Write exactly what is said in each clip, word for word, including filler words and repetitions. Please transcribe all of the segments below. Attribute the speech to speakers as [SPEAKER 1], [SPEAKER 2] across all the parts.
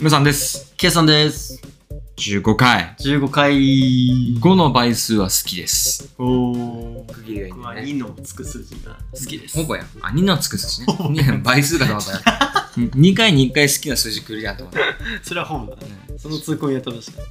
[SPEAKER 1] むさんです。
[SPEAKER 2] ケイさんです。
[SPEAKER 1] じゅうごかい。
[SPEAKER 2] じゅうごかい。
[SPEAKER 1] ごの倍数は好きです。
[SPEAKER 2] おー。
[SPEAKER 1] 区切りがいいんだよね。
[SPEAKER 2] にのつく数字が好きです。
[SPEAKER 1] ほぼや。あ、にのつく数字ね。倍数かと思ったよ。にかいにいっかい好きな数字来るやんと思った。
[SPEAKER 2] それはほぼだね。その通行が正しかった。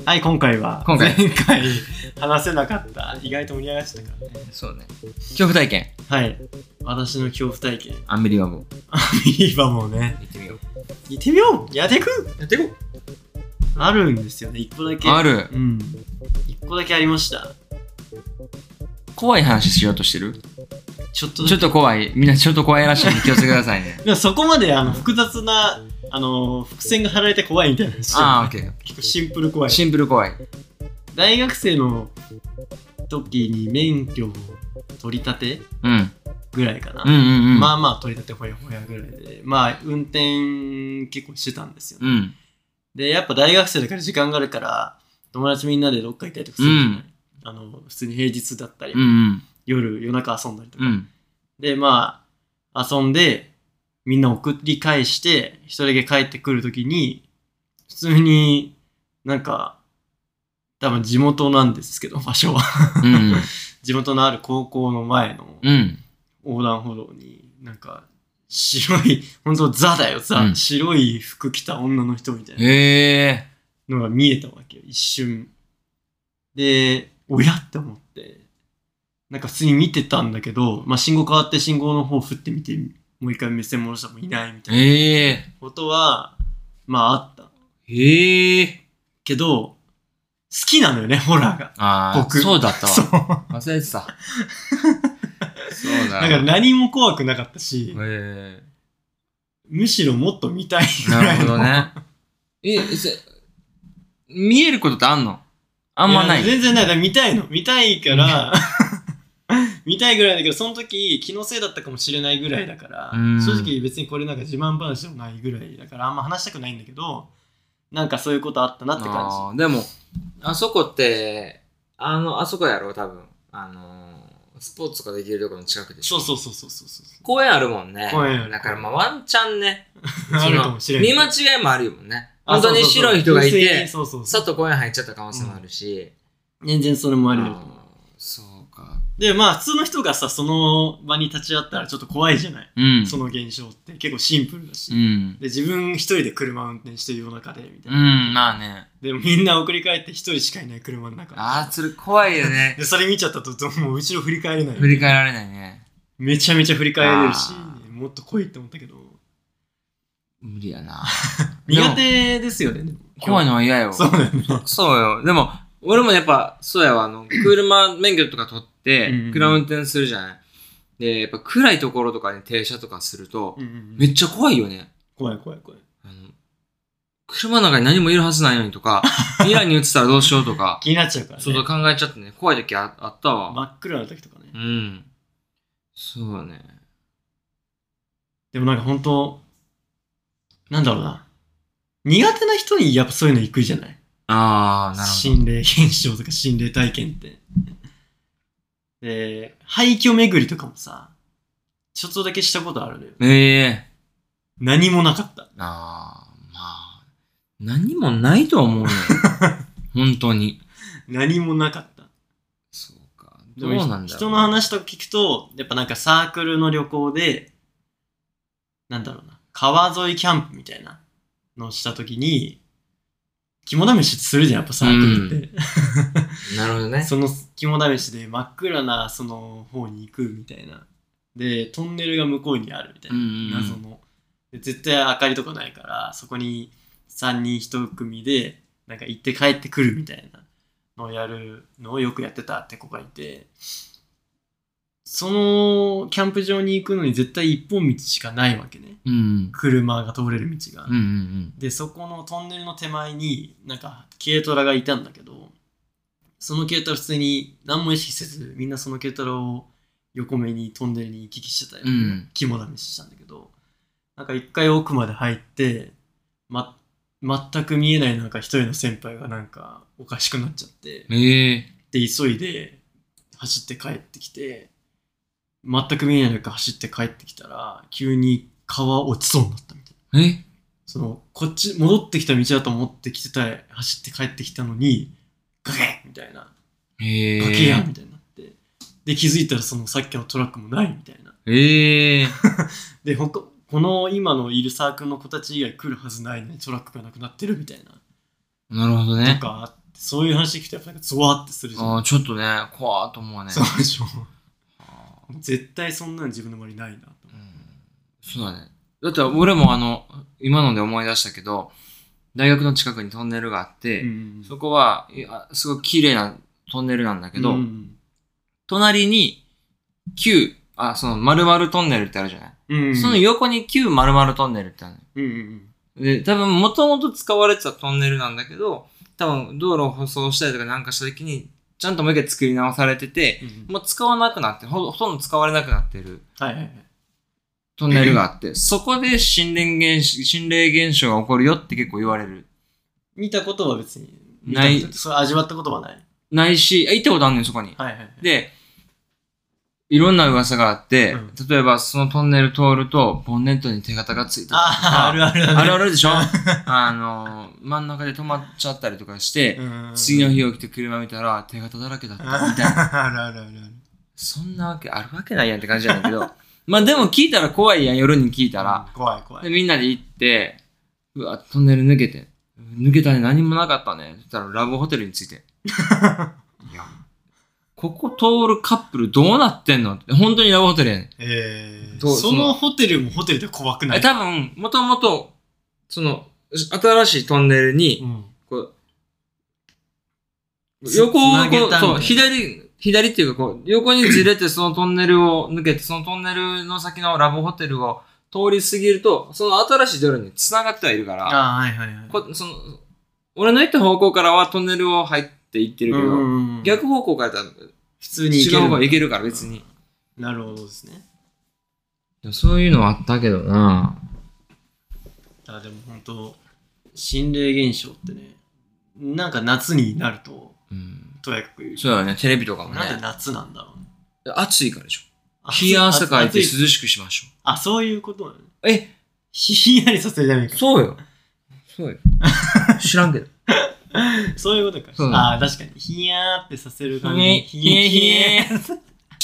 [SPEAKER 2] はい、今回は、
[SPEAKER 1] 今回
[SPEAKER 2] 前回話せなかった、意外と盛り上がっちゃったからね。
[SPEAKER 1] そうね。恐怖体験。
[SPEAKER 2] はい。私の恐怖体験。
[SPEAKER 1] アンビリバボー。
[SPEAKER 2] アンビリバボーね。
[SPEAKER 1] 行ってみよう。
[SPEAKER 2] 行ってみようやっていく
[SPEAKER 1] やっていこう。
[SPEAKER 2] あるんですよね、一個だけ。
[SPEAKER 1] ある。
[SPEAKER 2] うん。一個だけありました。
[SPEAKER 1] 怖い話しようとしてる？
[SPEAKER 2] ちょっと
[SPEAKER 1] ちょっと怖い。みんなちょっと怖いらしいんで気をつけてくださいね。
[SPEAKER 2] でもそこまであの複雑な、あのー、伏線が張られて怖いみたいな話。
[SPEAKER 1] ああ、オッケー。
[SPEAKER 2] 結構シンプル怖い。
[SPEAKER 1] シンプル怖い。
[SPEAKER 2] 大学生の時に免許を取り立て
[SPEAKER 1] うん
[SPEAKER 2] ぐらいかな。
[SPEAKER 1] うんうんうん。
[SPEAKER 2] まあまあ取り立てほやほやぐらいで、まあ運転結構してたんですよね。
[SPEAKER 1] うん。
[SPEAKER 2] で、やっぱ大学生だから時間があるから、友達みんなでどっか行ったりとかするじゃない。うん、あの、普通に平日だったり、
[SPEAKER 1] うんうん、
[SPEAKER 2] 夜、夜中遊んだりとか。
[SPEAKER 1] うん、
[SPEAKER 2] で、まあ、遊んで、みんな送り返して、一人だけ帰ってくるときに、普通になんか、多分地元なんですけど、場所は。うん、地元のある高校の前の横断歩道に、なんか、白い、本当ザだよ、ザ、うん。白い服着た女の人みたいなのが見えたわけよ、一瞬。で、おやって思って、なんか普通に見てたんだけど、まあ信号変わって信号の方振ってみて、もう一回目線戻したらもういないみたいなことは、まああった。
[SPEAKER 1] へえ。
[SPEAKER 2] けど、好きなのよね、ホラーが。
[SPEAKER 1] ああ、僕。そうだったわ。そう。忘れてた。そうだ。
[SPEAKER 2] だから何も怖くなかったし、
[SPEAKER 1] へ
[SPEAKER 2] むしろもっと見たいぐらいの。
[SPEAKER 1] なるほどね。え、見えることってあんの？あんまない。
[SPEAKER 2] い全然ない。だ見たいの。見たいから、見たいぐらいだけど、その時気のせいだったかもしれないぐらいだから、正直別にこれなんか自慢話でもないぐらいだから、あんま話したくないんだけど、なんかそういうことあったなって感じ。
[SPEAKER 1] あでも、あそこって、あの、あそこやろ、多分。あのー、スポーツとかできるところの近くでしょ。
[SPEAKER 2] そうそうそうそうそう。
[SPEAKER 1] 公園あるもんね。
[SPEAKER 2] 公園ある。
[SPEAKER 1] だからまあワンチャンね。
[SPEAKER 2] あるかもしれない。
[SPEAKER 1] 見間違いもあるよもんね。本当に白い人がいて、さっと公園入っちゃった可能性もあるし。
[SPEAKER 2] うん、全然それもありだと思う。
[SPEAKER 1] そうか。
[SPEAKER 2] で、まあ普通の人がさ、その場に立ち会ったらちょっと怖いじゃない、うん、その現象って結構シンプルだし、うん、で自分一人で車運転してる夜中でみたいな。
[SPEAKER 1] うん、まあね。
[SPEAKER 2] でもみんな送り返って一人しかいない車の中。
[SPEAKER 1] ああ、それ怖いよね。
[SPEAKER 2] で、それ見ちゃったともう後ろ振り返れない。
[SPEAKER 1] 振り返られないね。
[SPEAKER 2] めちゃめちゃ振り返れるし、もっと来いって思ったけど。
[SPEAKER 1] 無理やな。
[SPEAKER 2] 苦手ですよね。
[SPEAKER 1] 怖いのは嫌よ。
[SPEAKER 2] そうだよね。
[SPEAKER 1] そうよ。でも、俺もやっぱ、そうやわ、あの、車免許とか取って、車運転するじゃない。で、やっぱ暗いところとかに停車とかすると、めっちゃ怖いよね。
[SPEAKER 2] 怖い怖い怖い。
[SPEAKER 1] あの、車の中に何もいるはずないのにとか、未来に映ったらどうしようとか。
[SPEAKER 2] 気になっちゃうからね。
[SPEAKER 1] そう考えちゃってね、怖い時 あ, あったわ。
[SPEAKER 2] 真っ暗な時とかね。
[SPEAKER 1] うん。そうだね。
[SPEAKER 2] でもなんか本当なんだろうな。苦手な人にやっぱそういうの行くじゃない。
[SPEAKER 1] ああ、なるほど。
[SPEAKER 2] 心霊現象とか心霊体験って。で、廃墟巡りとかもさ、ちょっとだけしたことあるのよ。
[SPEAKER 1] ええー。
[SPEAKER 2] 何もなかった。
[SPEAKER 1] ああ、まあ、何もないと思うね。本当に。
[SPEAKER 2] 何もなかった。
[SPEAKER 1] そうか。どうなんだろう。
[SPEAKER 2] 人の話とか聞くと、やっぱなんかサークルの旅行で、なんだろうな、川沿いキャンプみたいなのをしたときに、肝試しするじゃん、やっぱサークルって。
[SPEAKER 1] うん、なるほどね。
[SPEAKER 2] その肝試しで真っ暗なその方に行くみたいな。で、トンネルが向こうにあるみたいな。うんうん、謎ので。絶対明かりとかないから、そこにさんにんひと組で、なんか行って帰ってくるみたいなのをやるのをよくやってたって子がいて、そのキャンプ場に行くのに絶対一本道しかないわけね。うん、車が通れる道が、うんうんうん。で、そこのトンネルの手前になんか軽トラがいたんだけど、その軽トラ普通に何も意識せず、みんなその軽トラを横目にトンネルに行き来してたよ、ね。うん、肝試ししたんだけど、なんか一回奥まで入って、ま、全く見えないなんか一人の先輩がなんかおかしくなっちゃって、えー、で、急いで走って帰ってきて、全く見えない中走って帰ってきたら、急に川落ちそうになったみたいな。
[SPEAKER 1] え
[SPEAKER 2] その、こっち、戻ってきた道だと思ってきてた、走って帰ってきたのに、ガケッみたいな。
[SPEAKER 1] へえ。
[SPEAKER 2] ガケやみたいになって。で、気づいたらそのさっきのトラックもないみたいな。
[SPEAKER 1] へえ。
[SPEAKER 2] で、ほんと、この今のいるサークルの子たち以外来るはずないのにトラックがなくなってるみたいな。
[SPEAKER 1] なるほどね。
[SPEAKER 2] とかあって、そういう話聞くとやっぱりゾワーってするじゃん。
[SPEAKER 1] ああ、ちょっとね、怖ーっと思うね。
[SPEAKER 2] そうでしょ。絶対そんなの自分の周りないなと思う。
[SPEAKER 1] うん、そうだね。だって俺もあの、今ので思い出したけど、大学の近くにトンネルがあって、うん、そこは、いやすごい綺麗なトンネルなんだけど、うん、隣に旧、あ、その丸々トンネルってあるじゃない、うん、その横に旧丸々トンネルってあるのよ。うんうん、で、多分もともと使われてたトンネルなんだけど、多分道路を舗装したりとかなんかした時に、ちゃんともう一回作り直されてて、うん、もう使わなくなってほ、ほとんど使われなくなってるトンネルがあって、そこで心霊現象、心霊現象が起こるよって結構言われる。
[SPEAKER 2] 見たことは別にない。それ味わったことはない
[SPEAKER 1] ないし、行ったことあんねん、そこに。はいはいはい、で、いろんな噂があって、うん、例えばそのトンネル通ると、ボンネットに手形がついてたとか。
[SPEAKER 2] あ, あるあるある。
[SPEAKER 1] あるあるでしょあの、真ん中で止まっちゃったりとかして、次の日起きて車見たら手形だらけだったみたいな。
[SPEAKER 2] あるあるあるある。
[SPEAKER 1] そんなわけあるわけないやんって感じなんだけど。まあでも聞いたら怖いやん、夜に聞いたら。
[SPEAKER 2] うん、怖い怖い。
[SPEAKER 1] で、みんなで行って、うわ、トンネル抜けて。抜けたね、何もなかったね。そしたらラブホテルに着いて。いや、ここ通るカップルどうなってんのって。本当にラブホテルやねん。
[SPEAKER 2] えー、そのホテルもホテルで怖くない？
[SPEAKER 1] 多分、もともと、その、新しいトンネルに、うん、こう、横をこう、そう、左、左っていうかこう、横にずれてそのトンネルを抜けて、そのトンネルの先のラブホテルを通り過ぎると、その新しい道路に繋がってはいるから、
[SPEAKER 2] あ、はいはいはい、
[SPEAKER 1] こその俺の行った方向からはトンネルを入って行ってるけど、逆方向からだったら
[SPEAKER 2] 普通に行ける。
[SPEAKER 1] 違う方向行けるから別に。
[SPEAKER 2] なるほどですね。
[SPEAKER 1] そういうのはあったけどな。
[SPEAKER 2] あ、でも本当心霊現象ってね、なんか夏になると、うん、とやかく言う。
[SPEAKER 1] そうだね、テレビとかもね。
[SPEAKER 2] なんで夏なんだろうね。
[SPEAKER 1] 暑いからでしょ。冷や汗かいて涼しくしましょう。
[SPEAKER 2] あ、そういうことなのね。
[SPEAKER 1] え
[SPEAKER 2] ひんやりさせるためにか。
[SPEAKER 1] そうよ。そうよ。知らんけど。
[SPEAKER 2] そういうことか。ああ、確かに。ひやーってさせる感じ。
[SPEAKER 1] ひえひえー。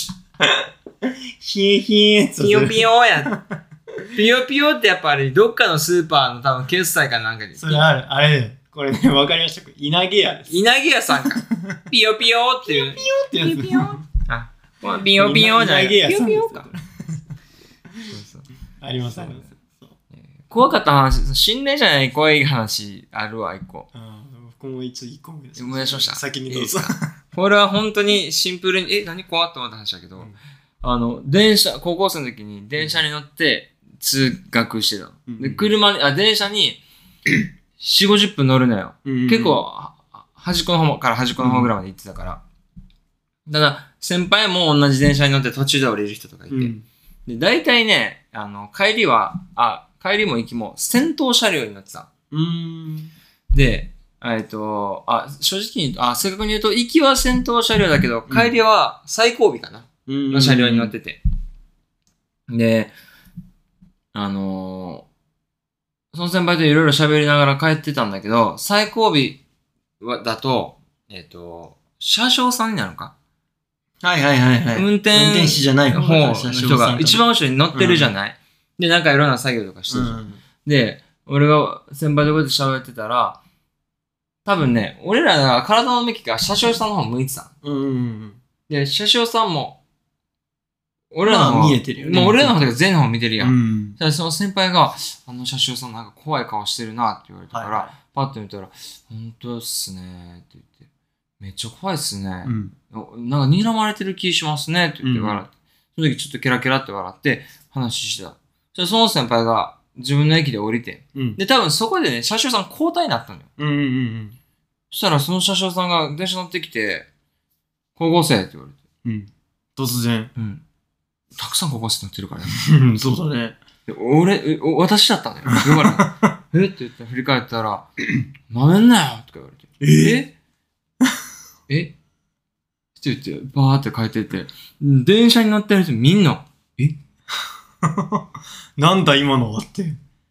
[SPEAKER 2] ひえひえー。
[SPEAKER 1] ピヨピヨや。ピヨピヨってやっぱりどっかのスーパーの多分決済かなんかに。
[SPEAKER 2] それある。あれね。これね、わかりました。稲毛屋です。
[SPEAKER 1] 稲毛屋さんか。ピヨピヨっていう。
[SPEAKER 2] ピヨピヨってやつ。ピヨピヨ。
[SPEAKER 1] あ、ピヨピヨじゃない。
[SPEAKER 2] 稲毛屋さん。
[SPEAKER 1] ピヨピヨか。
[SPEAKER 2] そうそう。ありますあります。
[SPEAKER 1] 怖かった話、心霊じゃない怖い話あるわ、一個。
[SPEAKER 2] ああ、僕も一応一個思い出し
[SPEAKER 1] ました。思い出しました。
[SPEAKER 2] 先にどうぞ。
[SPEAKER 1] これは本当にシンプルに、え、何怖って思った話だけど、うん、あの、電車、高校生の時に電車に乗って通学してたの。うん、で、車に、あ、電車によんじゅう、ごじゅっぷん乗るのよ。うん、結構、端っこの方から端っこの方ぐらいまで行ってたから。うん、ただ、先輩も同じ電車に乗って途中で降りる人とかいて。うん、で、大体ね、あの、帰りは、あ、帰りも行きも先頭車両になってた。
[SPEAKER 2] うーん。
[SPEAKER 1] で、えっと、あ、正直に言うと、あ、正確に言うと、行きは先頭車両だけど、帰りは最後尾かな、うん、の車両に乗ってて。で、あのー、その先輩といろいろ喋りながら帰ってたんだけど、最後尾はだと、えっと、車掌さんになるのか。
[SPEAKER 2] はいはいはいはい。
[SPEAKER 1] 運転、
[SPEAKER 2] 運転士じゃない
[SPEAKER 1] 方の人が一番後ろに乗ってるじゃない、うんで、なんかいろんな作業とかしてる、うん。で、俺が先輩とこうやって喋ってたら、多分ね、俺らが体の向きが車掌さんの方向いてた。
[SPEAKER 2] うんうんうん、
[SPEAKER 1] で、車掌さんも、俺らの方、
[SPEAKER 2] まあ、見えてるよね。
[SPEAKER 1] もう俺らの方が前の方見てるやん。
[SPEAKER 2] うん、
[SPEAKER 1] そその先輩が、あの車掌さんなんか怖い顔してるなって言われたから、はい、パッと見たら、本当っすねって言って、めっちゃ怖いっすね。うん、なんか睨まれてる気しますねって言って笑って、うん、その時ちょっとケラケラって笑って話してた。その先輩が自分の駅で降りて、うん、で、多分そこでね、車掌さん交代になったのよ。
[SPEAKER 2] うんうんうん。
[SPEAKER 1] そしたらその車掌さんが電車乗ってきて、高校生って言われて。
[SPEAKER 2] うん。突然。
[SPEAKER 1] うん。たくさん高校生乗ってるからね。
[SPEAKER 2] うん、そうだね。
[SPEAKER 1] で俺、私だったんだよ。よかった。えって言って振り返ったら、なめんなよとか言われて。
[SPEAKER 2] え
[SPEAKER 1] えって言って、バーって書いてて、電車に乗ってる人みんな、え
[SPEAKER 2] なんだ今のはって。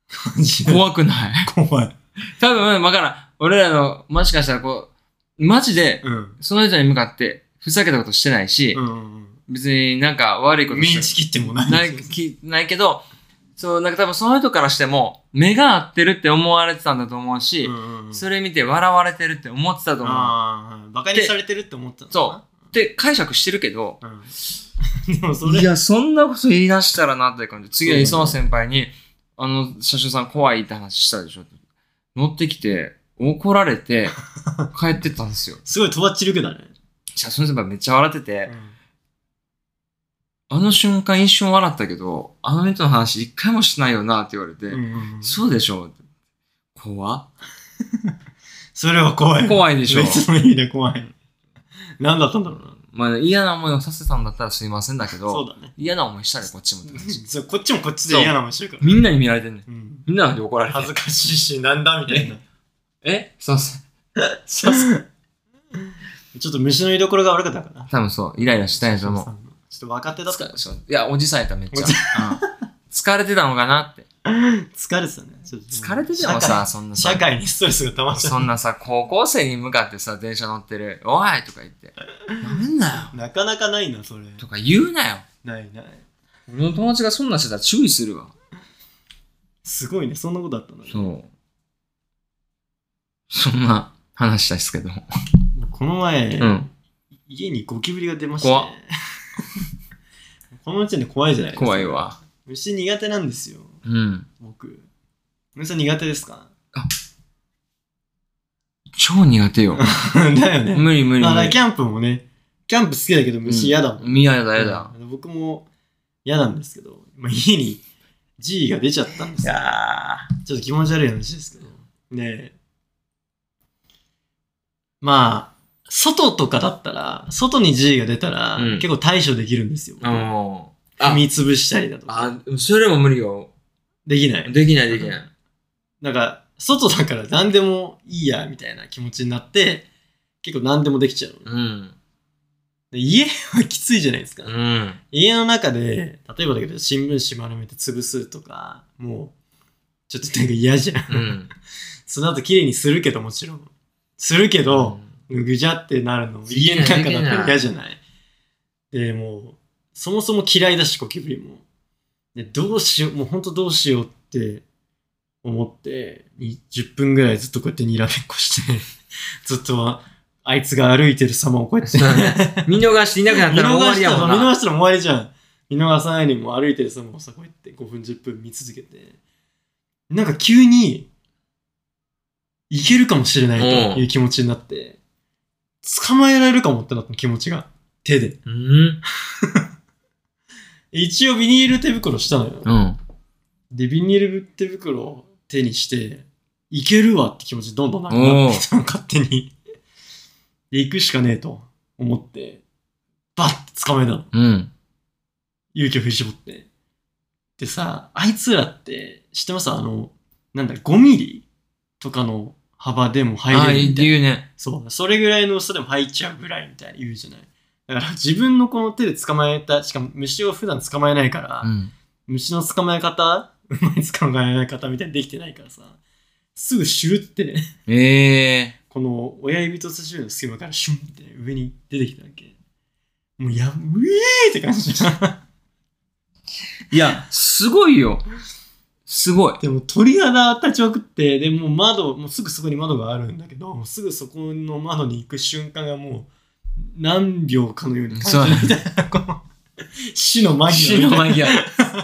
[SPEAKER 1] 怖くない？
[SPEAKER 2] 怖い。
[SPEAKER 1] 多分、わからん。俺らの、もしかしたらこう、マジで、その人に向かって、ふざけたことしてないし、うんうんうん、別になんか悪いことして
[SPEAKER 2] メンチ切ってもない。
[SPEAKER 1] ない、きないけど、そう、なんか多分その人からしても、目が合ってるって思われてたんだと思うし、うんうん、それ見て笑われてるって思ってたと思う。
[SPEAKER 2] ああ、バカにされてるって思ったのかな。
[SPEAKER 1] そう。で、解釈してるけど、うん、でもそれいや、そんなこと言い出したらなって感じ。次は磯野先輩に、あの、車掌さん怖いって話したでしょ。乗ってきて、怒られて、帰ってったんですよ。
[SPEAKER 2] すごいとばっちるけどね。
[SPEAKER 1] 車掌先輩めっちゃ笑ってて、うん、あの瞬間一瞬笑ったけど、あの人の話一回もしないよなって言われて、うんうんうん、そうでしょ怖っ
[SPEAKER 2] それは怖い。
[SPEAKER 1] 怖いでしょ。
[SPEAKER 2] 別の意味で怖い。何だったんだろうな。
[SPEAKER 1] まあ、嫌な思いをさせたんだったらすいませんだけど、
[SPEAKER 2] そうだね。
[SPEAKER 1] 嫌な思いしたらこっちもって
[SPEAKER 2] 感じ。そう、こっちもこっちで嫌な思いしてるから、
[SPEAKER 1] ね。みんなに見られてんね、うん。みんなで怒られて。
[SPEAKER 2] 恥ずかしいし、なんだみたいな。
[SPEAKER 1] えそうそう。そうそう。
[SPEAKER 2] ちょっと虫の居所が悪かったかな。
[SPEAKER 1] 多分そう。イライラしたんやと思う。
[SPEAKER 2] ちょっと若手だった。
[SPEAKER 1] いや、おじさんやっためっちゃ。うん、疲れてたのかなって。
[SPEAKER 2] 疲れてたね。
[SPEAKER 1] ちょっと疲れててもさ、そんなさ。
[SPEAKER 2] 社会にストレスが溜まっちゃう。
[SPEAKER 1] そんなさ、高校生に向かってさ、電車乗ってる、おいとか言って。なめんなよ。
[SPEAKER 2] なかなかないな、それ。
[SPEAKER 1] とか言うなよ。
[SPEAKER 2] ないない。
[SPEAKER 1] 俺の友達がそんなしてたら注意するわ。
[SPEAKER 2] すごいね、そんなことあったのね。
[SPEAKER 1] そう。そんな話ですけど。
[SPEAKER 2] この前、うん、家にゴキブリが出ましたね。怖っ。この時点で怖いじゃないですか。
[SPEAKER 1] 怖いわ。
[SPEAKER 2] 虫苦手なんですよ。
[SPEAKER 1] うん。
[SPEAKER 2] 僕。虫苦手ですか？
[SPEAKER 1] あ、超苦手よ。
[SPEAKER 2] だよね。
[SPEAKER 1] 無理無理無理。
[SPEAKER 2] まあ、キャンプもね、キャンプ好きだけど虫嫌だもん。
[SPEAKER 1] うん、嫌だ嫌だ。
[SPEAKER 2] 僕も嫌なんですけど、まあ、家に G が出ちゃったんですよ。いやちょっと気持ち悪い話ですけど。ねえ。まあ、外とかだったら、外に G が出たら、うん、結構対処できるんですよ。踏み潰したりだとか。
[SPEAKER 1] あ、それも無理よ。
[SPEAKER 2] できない。
[SPEAKER 1] できないできない。
[SPEAKER 2] なんか、外だから何でもいいや、みたいな気持ちになって、結構何でもできちゃう。
[SPEAKER 1] うん。
[SPEAKER 2] で家はきついじゃないですか。
[SPEAKER 1] うん。
[SPEAKER 2] 家の中で、例えばだけど新聞紙丸めて潰すとか、もう、ちょっとなんか嫌じゃん。うん。その後綺麗にするけどもちろん。するけど、うん、ぐじゃってなるの、家の中だったら嫌じゃない。で、もう、そもそも嫌いだし、ゴキブリも。で、どうしよう、もうほんとどうしようって思って、じゅっぷんぐらいずっとこうやってにらめっこして、ずっとあいつが歩いてる様をこうやって
[SPEAKER 1] 見逃していなくなったら終わりやもんな。
[SPEAKER 2] 見逃したら終わりじゃん。見逃さないにも歩いてる様をさ、こうやってごふんじゅっぷん見続けて、なんか急に、いけるかもしれないという気持ちになって、捕まえられるかもってなった気持ちが、手で。
[SPEAKER 1] うん、
[SPEAKER 2] 一応ビニール手袋したのよ。
[SPEAKER 1] うん、
[SPEAKER 2] で、ビニール手袋を手にして、いけるわって気持ちどんどんなくなってきたの、勝手に。で、行くしかねえと思って、バッて捕まえたの。
[SPEAKER 1] うん、
[SPEAKER 2] 勇気を振り絞って。でさ、あいつらって、知ってますあの、なんだ、ごミリとかの幅でも入れるみたいな。ああ、
[SPEAKER 1] 言うね。
[SPEAKER 2] そう。それぐらいの薄さでも入っちゃうぐらいみたいな言うじゃない。だから自分のこの手で捕まえた、しかも虫を普段捕まえないから、うん、虫の捕まえ方、うまい捕まえ方みたいにできてないからさ、すぐシューって、
[SPEAKER 1] えー、
[SPEAKER 2] この親指と人差し指の隙間からシュンって上に出てきたわけ。もうや、うえーって感じだ。
[SPEAKER 1] いや、すごいよ。すごい。
[SPEAKER 2] でも鳥肌立ちまくって、でもう窓、もうすぐそこに窓があるんだけど、もうすぐそこの窓に行く瞬間がもう何秒かのように感じるみたいな、この死の間際。
[SPEAKER 1] 死の間際。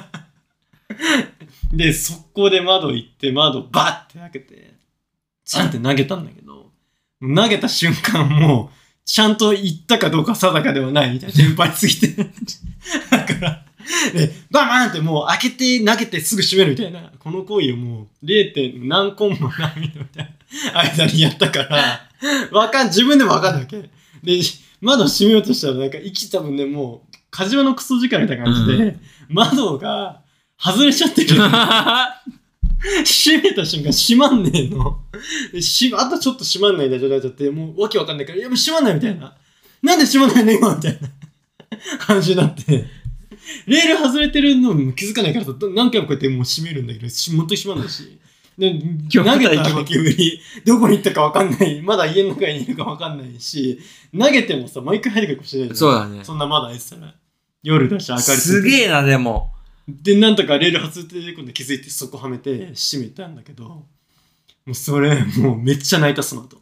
[SPEAKER 2] で、速攻で窓行って窓バッて開けて、ちゃんって投げたんだけど、投げた瞬間もうちゃんと行ったかどうか定かではないみたいな、テンパりすぎて。だから、で、バンバンってもう開けて投げてすぐ閉めるみたいな、この行為をもう れい. 何コンマ何ミリみたいな間にやったから、わかん、自分でもわかんないわけ。で、窓閉めようとしたらなんか息多分ね、もう、カジマのクソ力みたいな感じで、うん、窓が外れちゃってる。閉めた瞬間閉まんねえの。し、あとちょっと閉まんないんだ状態だって、もうわけわかんないから、いやもう閉まんないみたいな。なんで閉まんないの今みたいな感じになって。 レール外れてるのも気づかないからさ、何回もこうやってもう閉めるんだけど、しもっと閉まんないし。で投げたゴキブリ、どこに行ったか分かんない。まだ家の中にいるか分かんないし、投げてもさ、毎回入ってくるかもしれないじゃん。
[SPEAKER 1] そうだね。
[SPEAKER 2] そんなまだ開いてたら。夜だし、明かりついて
[SPEAKER 1] すげえな、でも。
[SPEAKER 2] で、なんとかレール外れてること気づいて、そこはめて閉めたんだけど、もうそれ、もうめっちゃ泣いた、その後。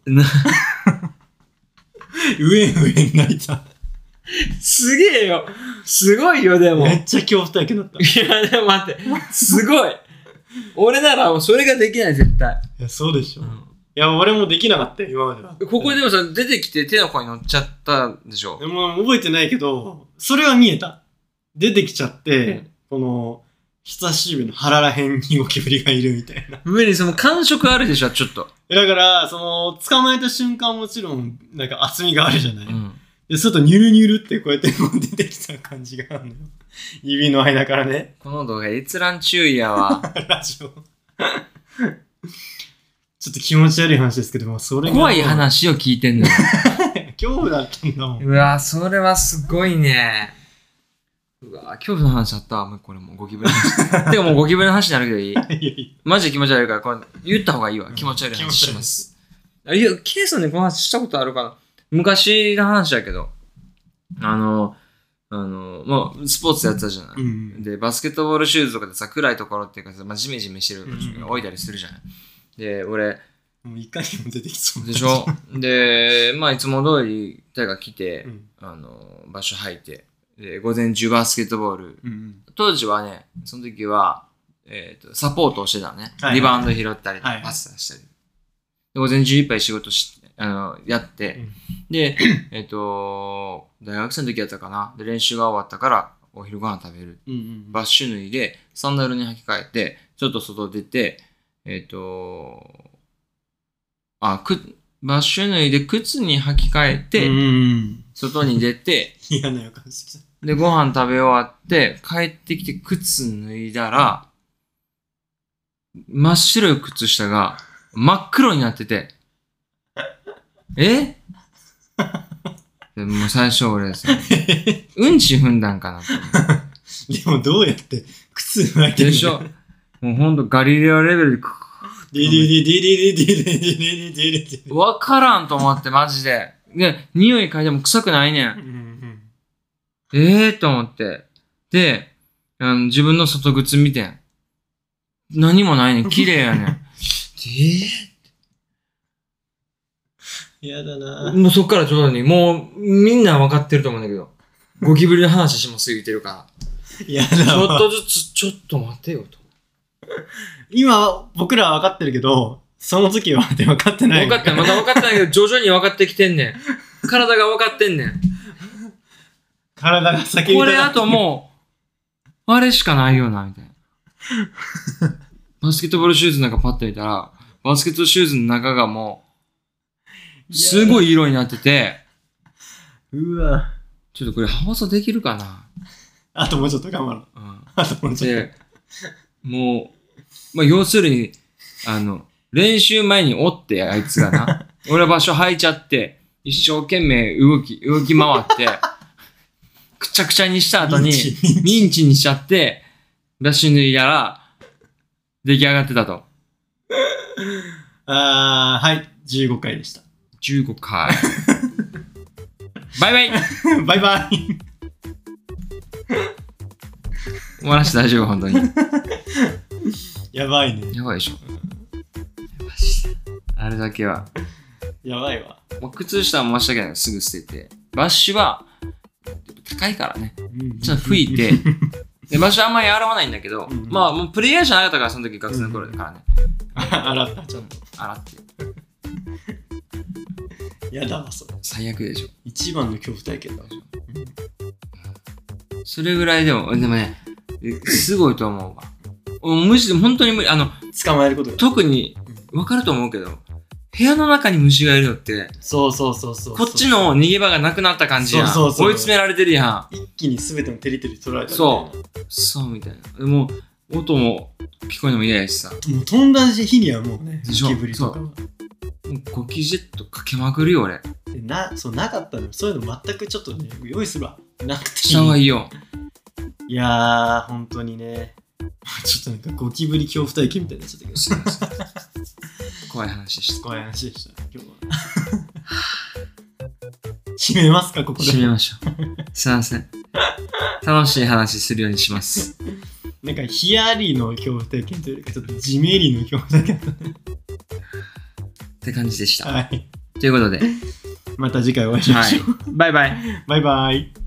[SPEAKER 2] 上上に泣いた。
[SPEAKER 1] すげえよ。すごいよ、でも。
[SPEAKER 2] めっちゃ恐怖体験だった。
[SPEAKER 1] いや、でも待って。すごい。俺ならそれができない、絶対。
[SPEAKER 2] いや、そうでしょ。うん、いや、俺もできなかったよ、今までは。
[SPEAKER 1] ここでもさ、出てきて手の甲に乗っちゃったでしょ。
[SPEAKER 2] もう覚えてないけど、それは見えた。出てきちゃって、うん、この、人差し指の腹らへんにゴキブリがいるみたいな。
[SPEAKER 1] 上にその感触あるでしょ、ちょっと。
[SPEAKER 2] だから、その、捕まえた瞬間もちろん、なんか厚みがあるじゃない。うん、で、外ニュルニュルってこうやって出てきた感じがあるのよ。指の間からね。
[SPEAKER 1] この動画閲覧注意やわ。
[SPEAKER 2] ラジオ。ちょっと気持ち悪い話ですけども、それが。
[SPEAKER 1] 怖い話を聞いてんのよ。
[SPEAKER 2] 恐怖だったんだもん。
[SPEAKER 1] うわ、それはすごいね。うわ、恐怖の話あったわ。もうこれもうゴキブリの話。てかもうゴキブリの話になるけどいい？いやいやマジで気持ち悪いから、これ言った方がいいわ。うん、気持ち悪い話します。いや、ケイさんでこの話したことあるかな？昔の話だけど、あの、あの、もう、スポーツやってたじゃない、うん、で、バスケットボールシューズとかでさ、暗いところっていうかさ、まあ、ジメジメしてる場所に置いたりするじゃない、うん、で、俺、
[SPEAKER 2] もういかにも出てきそう
[SPEAKER 1] でしょで、まあ、いつも通り、手が来て、うん、あの、場所入って、で、午前中バスケットボール。うん、当時はね、その時は、えっと、サポートをしてたのね。はいはい、リバウンド拾ったり、はいはい、パス出したり。で午前中いっぱい仕事して、あの、やって、うん、で、えっと、大学生の時やったかな。で、練習が終わったから、お昼ご飯食べる。うんうん、バッシュ脱いで、サンダルに履き替えて、ちょっと外出て、えっと、あ、く、バッシュ脱いで靴に履き替えて、うん、外に出て、
[SPEAKER 2] 嫌な予感してきた。
[SPEAKER 1] で、ご飯食べ終わって、帰ってきて靴脱いだら、真っ白い靴下が真っ黒になってて、えでも最初俺さ、うんち踏んだんかなと思って。
[SPEAKER 2] でもどうやって靴履いてる
[SPEAKER 1] でしょもうほんとガリレオレベルで、
[SPEAKER 2] ディディディディディディディディディディディ
[SPEAKER 1] わからんと思ってマジで。で、匂い嗅いでも臭くないねん。うんうん、ええーと思って。で、あの自分の外靴見てん。何もないねん。綺麗やねん。えぇ、
[SPEAKER 2] ー、やだなぁ。
[SPEAKER 1] もうそっからちょうどに、もうみんな分かってると思うんだけど。ゴキブリの話します言ってるから。
[SPEAKER 2] やだわ。
[SPEAKER 1] ちょっとずつ、ちょっと待てよと。
[SPEAKER 2] 今、僕らは分かってるけど、その時は分かってない。
[SPEAKER 1] 分かってない。まだ分かってないけど、徐々に分かってきてんねん。体が分かってんねん。
[SPEAKER 2] 体が先に。
[SPEAKER 1] これあともう、あれしかないよな、みたいな。バスケットボールシューズなんかパッと見たら、バスケットシューズの中がもう、すごい色になってて、
[SPEAKER 2] うわ。
[SPEAKER 1] ちょっとこれ放送できるかな
[SPEAKER 2] あともうちょっと頑張ろう。うん。あともうちょっと。で、
[SPEAKER 1] もう、まあ、要するに、あの、練習前におって、あいつがな。俺は場所履いちゃって、一生懸命動き、動き回って、くちゃくちゃにした後に、ミンチにしちゃって、ダッシュ脱いだら、出来上がってたと。
[SPEAKER 2] あー、はい。じゅうごかいでした。
[SPEAKER 1] じゅうごかい。バイバイ
[SPEAKER 2] バイバイ
[SPEAKER 1] 終わらして大丈夫、本当に。
[SPEAKER 2] やばいね。
[SPEAKER 1] やばいでしょ。あれだけは。
[SPEAKER 2] やばいわ。
[SPEAKER 1] もう靴下は回したけどすぐ捨てて。バッシュは、高いからね。ちょっと拭いて。で、バッシュあんまり洗わないんだけど、うん、まあ、もうプレイヤーじゃなかったから、その時学生の頃だからね。
[SPEAKER 2] 洗った、ちゃんと。
[SPEAKER 1] 洗って。
[SPEAKER 2] やだわ、それ。
[SPEAKER 1] 最悪でしょ。
[SPEAKER 2] 一番の恐怖体験だ。
[SPEAKER 1] うん、それぐらいでも、でもね、すごいと思うわ。無視で本当に無理。あの、
[SPEAKER 2] 捕まえることが。
[SPEAKER 1] 特に、わかると思うけど、部屋の中に虫がいるのって、
[SPEAKER 2] そうそうそうそう。
[SPEAKER 1] こっちの逃げ場がなくなった感じやん。そうそうそう。追い詰められてるやん。
[SPEAKER 2] 一気に全てのテリトリー取られた。
[SPEAKER 1] そう。そうみたいな。でも、音も聞こえるのも嫌やしさ。
[SPEAKER 2] もう飛んだ日にはもうね、ゴキブリとかは。
[SPEAKER 1] ゴキジェットかけまくるよ、俺。
[SPEAKER 2] でな、そう、なかったの。そういうの全くちょっとね、用意するわ。なくていい。
[SPEAKER 1] した方がいいよ。
[SPEAKER 2] いやー、本当にね。ちょっとなんかゴキブリ恐怖体験みたいになっちゃったけど。
[SPEAKER 1] すいません。怖い話でした。
[SPEAKER 2] 怖い話でした、今日は。締めますか、ここで。
[SPEAKER 1] 締めましょう。すいません。楽しい話するようにします。
[SPEAKER 2] なんかヒヤリの恐怖体験というよりか、ちょっとジメリの恐怖体験
[SPEAKER 1] って感じでした。
[SPEAKER 2] はい。
[SPEAKER 1] ということで。
[SPEAKER 2] また次回お会いしましょう。
[SPEAKER 1] はい、バイバイ。
[SPEAKER 2] バイバイ。